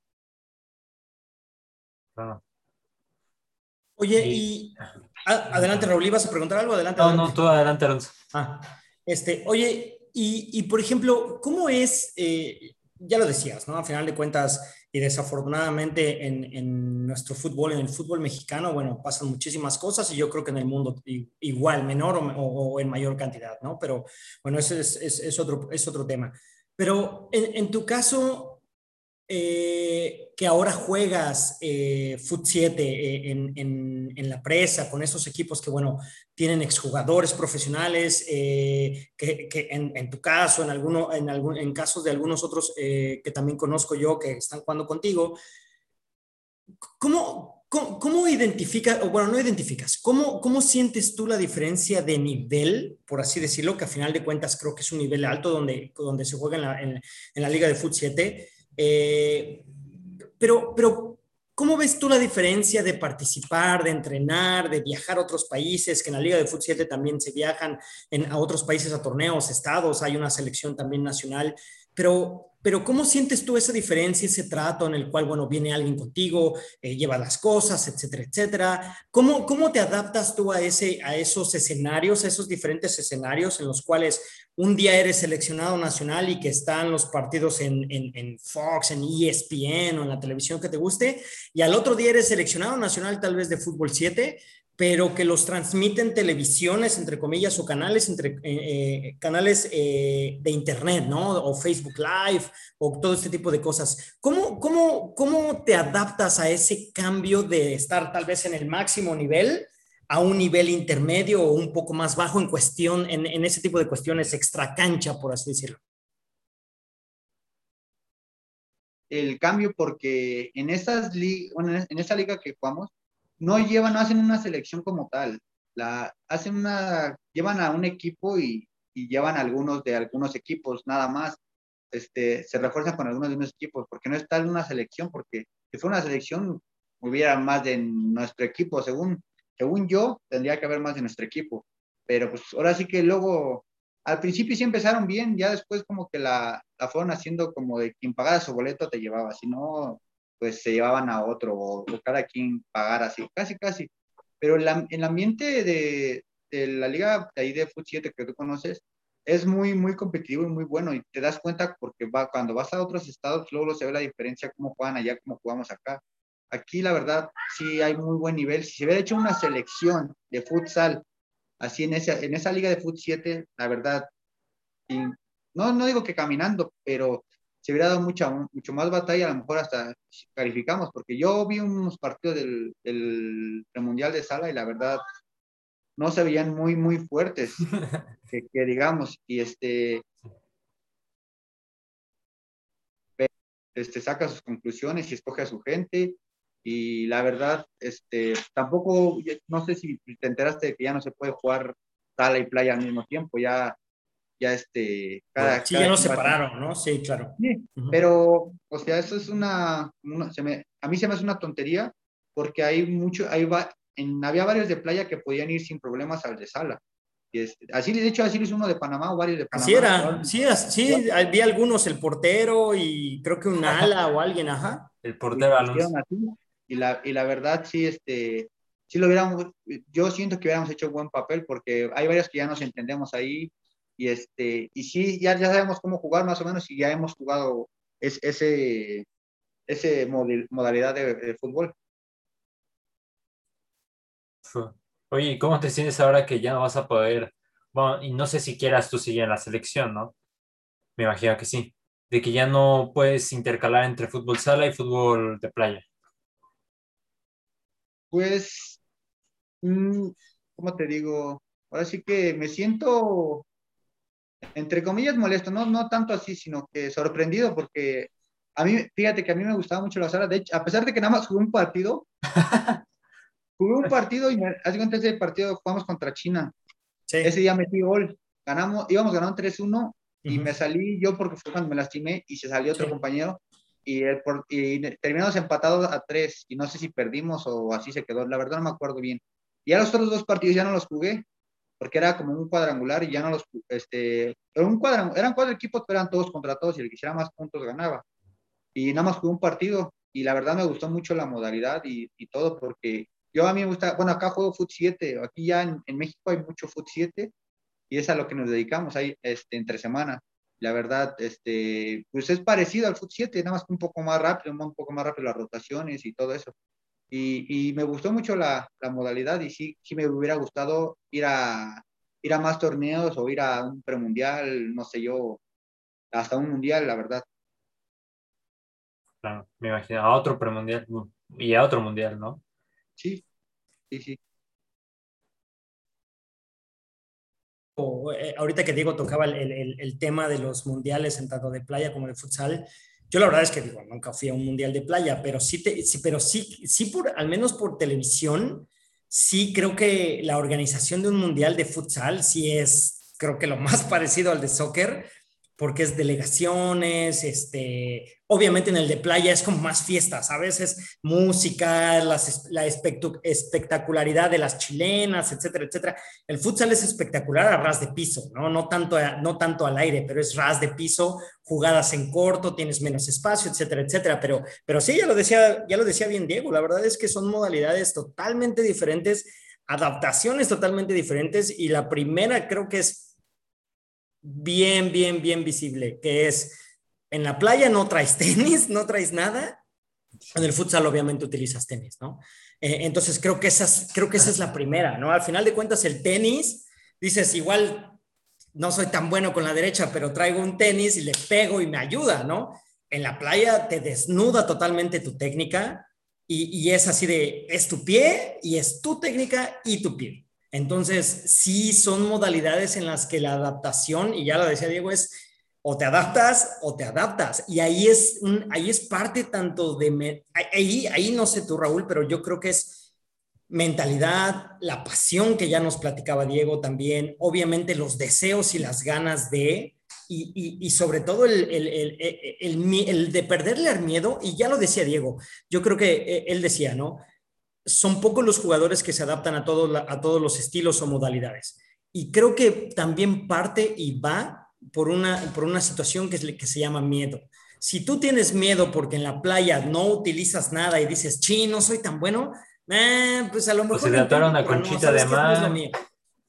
Claro. Oye, Y, y ah, adelante, Raúl, ¿ibas a preguntar algo? Adelante, no, no, adelante. tú adelante, Alonso. Ah, este, oye, y, y por ejemplo, ¿cómo es, eh, ya lo decías, ¿no? A final de cuentas, y desafortunadamente en, en nuestro fútbol, en el fútbol mexicano, bueno, pasan muchísimas cosas y yo creo que en el mundo igual, menor o, o, o en mayor cantidad, ¿no? Pero bueno, ese es, es, es, otro, es otro tema. Pero en, en tu caso, eh, que ahora juegas eh, Fut siete eh, en, en, en, la presa con esos equipos que, bueno, tienen exjugadores profesionales, eh, que, que en, en, tu caso, en, alguno, en, algún, en casos de algunos otros eh, que también conozco yo que están jugando contigo, ¿cómo, cómo, cómo identificas, o bueno, no identificas, ¿cómo, cómo sientes tú la diferencia de nivel, por así decirlo, que a final de cuentas creo que es un nivel alto donde, donde se juega en la, en, en la Liga de Fut siete? Eh, pero, pero, ¿cómo ves tú la diferencia de participar, de entrenar, de viajar a otros países? Que en la Liga de Fut siete también se viajan en, a otros países a torneos, estados, hay una selección también nacional. Pero, pero ¿cómo sientes tú esa diferencia, ese trato en el cual, bueno, viene alguien contigo, eh, lleva las cosas, etcétera, etcétera? ¿Cómo, cómo te adaptas tú a, ese, a esos escenarios, a esos diferentes escenarios en los cuales un día eres seleccionado nacional y que están los partidos en, en, en Fox, en E S P N o en la televisión que te guste, y al otro día eres seleccionado nacional tal vez de fútbol siete, pero que los transmiten televisiones, entre comillas, o canales, entre, eh, eh, canales eh, de internet, ¿no? O Facebook Live, o todo este tipo de cosas. ¿Cómo, cómo, ¿Cómo te adaptas a ese cambio de estar tal vez en el máximo nivel a un nivel intermedio o un poco más bajo en cuestión, en, en ese tipo de cuestiones extra cancha, por así decirlo? El cambio porque en esas li bueno, en esa liga que jugamos no llevan, no hacen una selección como tal, la hacen una, llevan a un equipo y, y llevan a algunos de algunos equipos nada más, este, se refuerzan con algunos de unos equipos, porque no está en una selección, porque si fuera una selección hubiera más de nuestro equipo, según, según yo, tendría que haber más de nuestro equipo, pero pues ahora sí que luego al principio sí empezaron bien, ya después como que la, la fueron haciendo como de quien pagara su boleto te llevaba, si no, pues se llevaban a otro o, o cada quien pagara así, casi, casi. Pero la, el ambiente de, de la liga de ahí de Fut siete que tú conoces es muy, muy competitivo y muy bueno y te das cuenta porque va, cuando vas a otros estados luego se ve la diferencia cómo juegan allá, cómo jugamos acá. Aquí la verdad sí hay muy buen nivel. Si se hubiera hecho una selección de futsal así en esa, en esa liga de Fut siete, la verdad, y no, no digo que caminando, pero se hubiera dado mucha, mucho más batalla, a lo mejor hasta calificamos, porque yo vi unos partidos del, del, del Mundial de Sala y la verdad no se veían muy, muy fuertes, que, que digamos, y este, este saca sus conclusiones y escoge a su gente, y la verdad, este, tampoco, no sé si te enteraste de que ya no se puede jugar sala y playa al mismo tiempo, ya ya este, cada, Sí, ya cada nos quien va a tener. separaron, ¿no? Sí, claro. Sí, Uh-huh. pero, o sea, eso es una, una se me, a mí se me hace una tontería porque hay mucho, hay va, en, había varios de playa que podían ir sin problemas al de sala. Y este, así, de hecho, así lo hizo uno de Panamá o varios de Así Panamá. era, sí, sí, vi algunos, el portero y creo que un ala o alguien, ajá. El Y portero lo Alonso. hicieron así. Y la, y la verdad, sí, este, sí lo hubiéramos, yo siento que hubiéramos hecho buen papel porque hay varios que ya nos entendemos ahí. Y, este, y sí, ya, ya sabemos cómo jugar más o menos y ya hemos jugado es, ese, ese modalidad de, de fútbol. Oye, ¿cómo te sientes ahora que ya no vas a poder? Bueno, y no sé si quieras tú seguir en la selección, ¿no? Me imagino que sí. De que ya no puedes intercalar entre fútbol sala y fútbol de playa. Pues, mmm, ¿cómo te digo? Ahora sí que me siento, entre comillas, molesto, no, no tanto así, sino que sorprendido porque a mí, fíjate que a mí me gustaba mucho la sala, de hecho, a pesar de que nada más jugué un partido, jugué un partido y me, hace cuenta ese partido jugamos contra China. Sí. Ese día metí gol, ganamos, íbamos ganando tres uno y Uh-huh. me salí yo porque fue cuando me lastimé y se salió otro Sí. compañero y, el, por, y terminamos empatados a tres y no sé si perdimos o así se quedó, la verdad no me acuerdo bien. Y a los otros dos partidos ya no los jugué porque era como un cuadrangular y ya no los, este, era un cuadrangular, eran cuatro equipos, pero eran todos contra todos y el que hiciera más puntos ganaba. Y nada más jugué un partido y la verdad me gustó mucho la modalidad y, y todo porque yo a mí me gusta, bueno, acá juego fut siete, aquí ya en, en México hay mucho fut siete y es a lo que nos dedicamos ahí este, entre semana. La verdad, este, pues es parecido al fut siete, nada más que un poco más rápido, un poco más rápido las rotaciones y todo eso. Y, y me gustó mucho la, la, modalidad y sí, sí me hubiera gustado ir a, ir a más torneos o ir a un premundial, no sé yo, hasta un mundial, la verdad. Claro, me imagino, a otro premundial y a otro mundial, ¿no? Sí, sí, sí. O, eh, ahorita que Diego tocaba el, el, el, tema de los mundiales en tanto de playa como de futsal, yo la verdad es que digo, nunca fui a un mundial de playa, pero sí, te, sí pero sí, sí por, al menos por televisión, sí creo que la organización de un mundial de futsal sí es, creo que lo más parecido al de soccer, porque es delegaciones, este, obviamente en el de playa es como más fiesta, ¿sabes? Es música, las, la espectacularidad de las chilenas, etcétera, etcétera. El futsal es espectacular a ras de piso, ¿no? No tanto, no tanto al aire, pero es ras de piso, jugadas en corto, tienes menos espacio, etcétera, etcétera. Pero, pero sí, ya lo, decía, ya lo decía bien Diego, la verdad es que son modalidades totalmente diferentes, adaptaciones totalmente diferentes, y la primera creo que es bien, bien, bien visible, que es en la playa no traes tenis, no traes nada. En el futsal obviamente utilizas tenis, ¿no? Eh, entonces creo que, esa, creo que esa es la primera, ¿no? Al final de cuentas el tenis, dices, igual no soy tan bueno con la derecha, pero traigo un tenis y le pego y me ayuda, ¿no? En la playa te desnuda totalmente tu técnica y, y es así de, es tu pie y es tu técnica y tu pie. Entonces, sí son modalidades en las que la adaptación, y ya lo decía Diego, es o te adaptas o te adaptas. Y ahí es, un, ahí es parte tanto de... Ahí, ahí no sé tú, Raúl, pero yo creo que es mentalidad, la pasión que ya nos platicaba Diego también, obviamente los deseos y las ganas de... Y, y, y sobre todo el, el, el, el, el de perderle al miedo, y ya lo decía Diego, yo creo que él decía, ¿no? Son pocos los jugadores que se adaptan a, todo, a todos los estilos o modalidades. Y creo que también parte y va por una, por una situación que, es, que se llama miedo. Si tú tienes miedo porque en la playa no utilizas nada y dices, sí, no soy tan bueno, eh, pues a lo mejor O se lo te atora intento, una pero no, conchita ¿sabes de qué? No es lo mar, mío.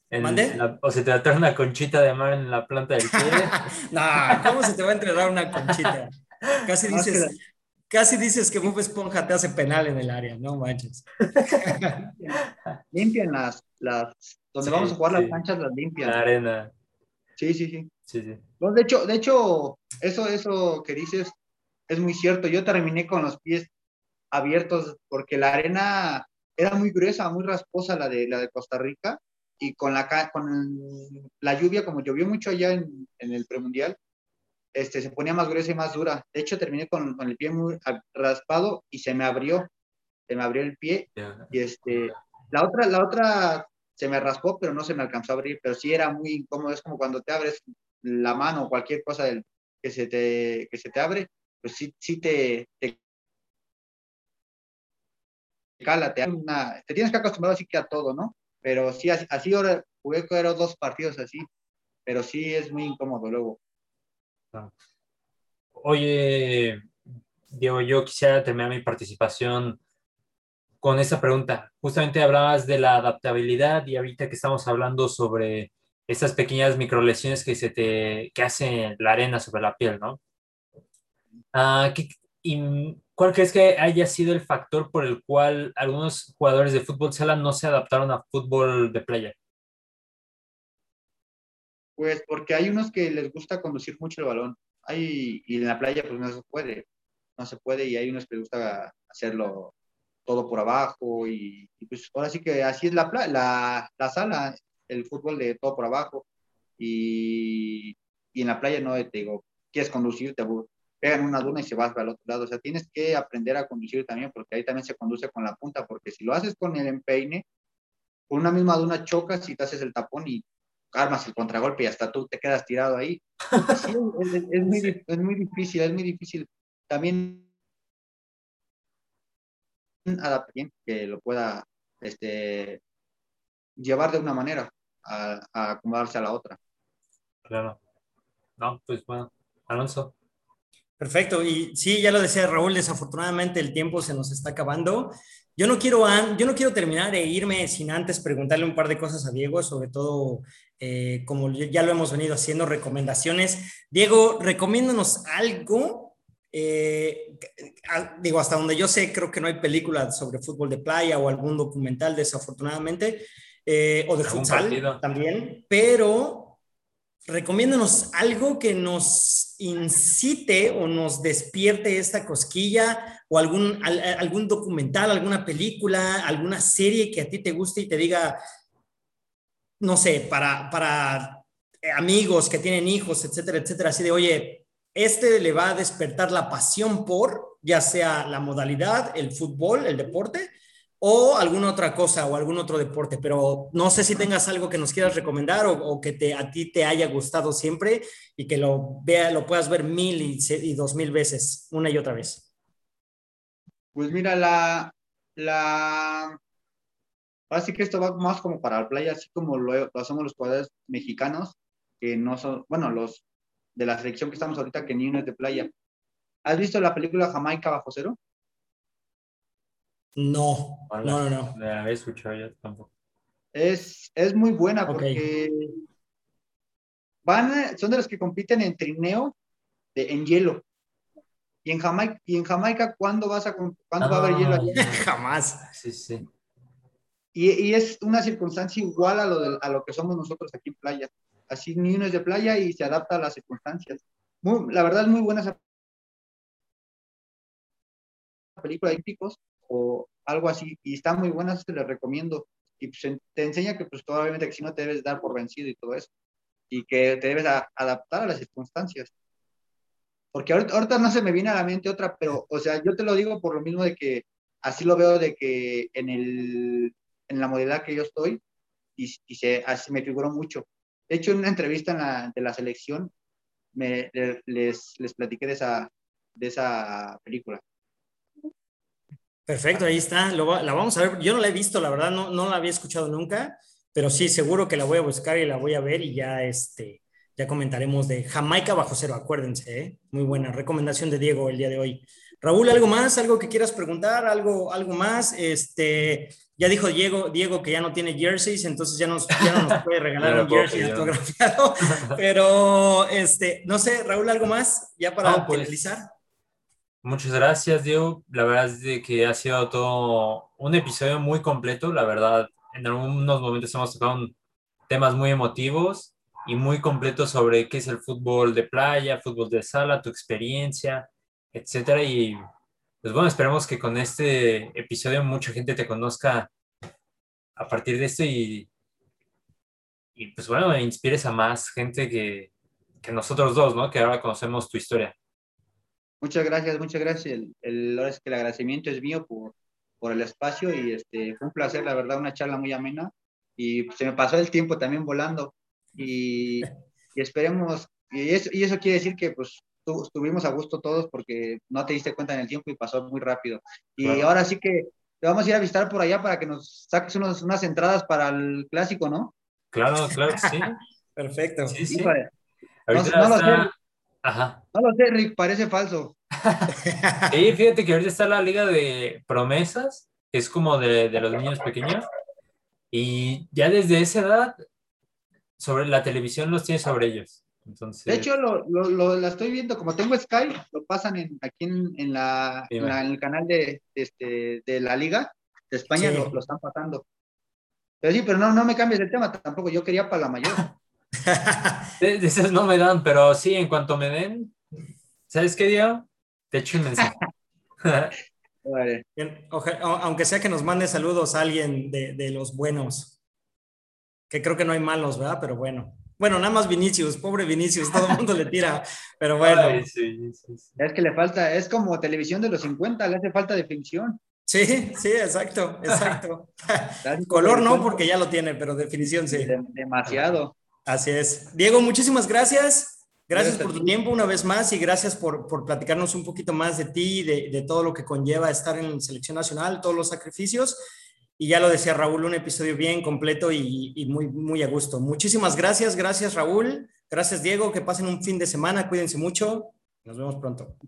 en ¿Mande? la, o se te atora una conchita de mar en la planta del pie. No, ¿cómo se te va a entregar una conchita? Casi No, es que dices, casi dices que Bob Esponja te hace penal en el área, no manches. limpian, limpian las, las, donde vamos a Sí, jugar las sí, canchas, las limpian. la arena. Sí, sí, sí. Sí, sí. No, de hecho, de hecho, eso, eso que dices es muy cierto. Yo terminé con los pies abiertos porque la arena era muy gruesa, muy rasposa la de, la de Costa Rica y con la, con la lluvia, como llovió mucho allá en, en el premundial, este, se ponía más gruesa y más dura. De hecho, terminé con, con el pie muy raspado y se me abrió, se me abrió el pie Yeah. y este, la otra, la otra se me raspó, pero no se me alcanzó a abrir, pero sí era muy incómodo, es como cuando te abres la mano o cualquier cosa del, que, se te, que se te abre, pues sí, sí te, te cala, te, una, te tienes que acostumbrar así que a todo, ¿no? Pero sí, así, así ahora, jugué creo dos partidos así, pero sí es muy incómodo luego. No. Oye, Diego, yo quisiera terminar mi participación con esta pregunta. Justamente hablabas de la adaptabilidad y ahorita que estamos hablando sobre esas pequeñas microlesiones que se te que hace la arena sobre la piel, ¿no? Ah, ¿qué- y ¿cuál crees que haya sido el factor por el cual algunos jugadores de fútbol sala no se adaptaron a fútbol de playa? Pues porque hay unos que les gusta conducir mucho el balón. Hay, y en la playa pues no se puede, no se puede y hay unos que les gusta hacerlo todo por abajo y, y pues ahora sí que así es la, la, la sala, el fútbol de todo por abajo y, y en la playa no, te digo, quieres conducir, te pegan una duna y se vas para el otro lado, o sea, tienes que aprender a conducir también porque ahí también se conduce con la punta, porque si lo haces con el empeine, con una misma duna chocas y te haces el tapón y armas el contragolpe y hasta tú te quedas tirado ahí. Y sí, es, es, es Sí, muy, es muy difícil, es muy difícil. También adaptar que lo pueda este, llevar de una manera a, a acomodarse a la otra. claro. No, pues bueno, Alonso. Perfecto, y sí, ya lo decía Raúl, desafortunadamente el tiempo se nos está acabando. Yo no quiero, yo no quiero terminar e irme sin antes preguntarle un par de cosas a Diego, sobre todo, eh, como ya lo hemos venido haciendo, recomendaciones. Diego, recomiéndanos algo. Eh, digo, hasta donde yo sé, creo que no hay películas sobre fútbol de playa o algún documental, desafortunadamente, eh, o de ¿Algún futsal partido? también, pero recomiéndanos algo que nos incite o nos despierte esta cosquilla o algún, al, algún documental, alguna película, alguna serie que a ti te guste y te diga, no sé, para, para amigos que tienen hijos, etcétera, etcétera, así de, oye, este le va a despertar la pasión por, ya sea la modalidad, el fútbol, el deporte, o alguna otra cosa o algún otro deporte, pero no sé si tengas algo que nos quieras recomendar o, o que te, a ti te haya gustado siempre y que lo, vea, lo puedas ver mil y, y dos mil veces, una y otra vez. Pues mira, la, la, así que esto va más como para la playa, así como lo, lo hacemos los jugadores mexicanos, que no son, bueno, los de la selección que estamos ahorita, que ni uno es de playa. ¿Has visto la película Jamaica bajo cero? No, no, Hola, no, no. me había escuchado yo tampoco. Es, es muy buena Ok. porque van, son de los que compiten en trineo de, en hielo. Y en Jamaica, y en Jamaica ¿cuándo, vas a, ¿cuándo va a haber hielo Ah, allá? ya. Jamás. Sí, sí. Y, y, es una circunstancia igual a lo, de, a lo que somos nosotros aquí en playa. Así ni uno es de playa y se adapta a las circunstancias. Muy, la verdad es muy buena esa película de Picos o algo así. Y está muy buena, te la recomiendo. Y pues, te enseña que pues obviamente que si no te debes dar por vencido y todo eso. Y que te debes a, adaptar a las circunstancias. Porque ahorita, ahorita no se me viene a la mente otra, pero, o sea, yo te lo digo por lo mismo de que así lo veo de que en, el, en la modalidad que yo estoy, y, y se, así me figuró mucho. De hecho, en una entrevista en la, de la selección, me, les, les platiqué de esa, de esa película. Perfecto, ahí está. Lo, la vamos a ver. Yo no la he visto, la verdad, no, no la había escuchado nunca, pero sí, seguro que la voy a buscar y la voy a ver y ya, este, ya comentaremos de Jamaica bajo cero, acuérdense, ¿eh? Muy buena recomendación de Diego el día de hoy. Raúl, ¿algo más? ¿Algo que quieras preguntar? ¿Algo, algo más? Este, ya dijo Diego, Diego que ya no tiene jerseys, entonces ya, nos, ya no nos puede Ya regalar le un puedo jersey pedir uno. autografiado, pero, este, no sé, Raúl, ¿algo más ya No, para finalizar? pues muchas gracias, Diego. La verdad es de que ha sido todo un episodio muy completo. La verdad, en algunos momentos hemos tocado un- temas muy emotivos y muy completos sobre qué es el fútbol de playa, fútbol de sala, tu experiencia, etcétera. Y pues bueno, esperemos que con este episodio mucha gente te conozca a partir de esto y, y pues bueno, inspires a más gente que, que nosotros dos, ¿no? Que ahora conocemos tu historia. Muchas gracias, muchas gracias. El, el, es que el agradecimiento es mío por, por el espacio y este, fue un placer, la verdad, una charla muy amena y pues, se me pasó el tiempo también volando y, y esperemos, y eso, y eso quiere decir que pues tu, estuvimos a gusto todos porque no te diste cuenta en el tiempo y pasó muy rápido. Y Claro. ahora sí que te vamos a ir a visitar por allá para que nos saques unos, unas entradas para el clásico, ¿no? Claro, claro que sí. Perfecto. Sí, sí. Híjole, no, Ahorita no lo sé, está. Ajá. no lo sé, Rick, parece falso. Sí, fíjate que ahorita está la liga de promesas, que es como de, de los niños pequeños, y ya desde esa edad, sobre la televisión los tiene sobre ellos. De Entonces, hecho, lo, lo, lo- la estoy viendo, como tengo Sky, lo pasan en, aquí en, en la, en la- dime. en el canal de, este, de la Liga de España, lo, lo Sí. están pasando. Pero sí, pero no, no me cambies de tema tampoco, yo quería para la mayor. De, de esas no me dan, pero sí, en cuanto me den, ¿sabes qué, Diego? Te echo un mensaje. Vale. Bien, oja- aunque sea que nos mande saludos a alguien de, de los buenos, que creo que no hay malos, ¿verdad? Pero bueno. Bueno, nada más Vinicius, pobre Vinicius, todo el mundo le tira, pero Ay, bueno. sí, sí, sí. Es que le falta, es como televisión de los cincuenta, le hace falta definición. Sí, sí, exacto, exacto. Le hace un poco Color de no, cuento, porque ya lo tiene, pero definición sí. de- demasiado. Así es. Diego, muchísimas gracias. Gracias Gracias a por tu ti. tiempo una vez más y gracias por, por platicarnos un poquito más de ti, de, de todo lo que conlleva estar en selección nacional, todos los sacrificios. Y ya lo decía Raúl, un episodio bien completo y, y muy, muy a gusto. Muchísimas gracias. Gracias, Raúl. Gracias, Diego. Que pasen un fin de semana. Cuídense mucho. Nos vemos pronto.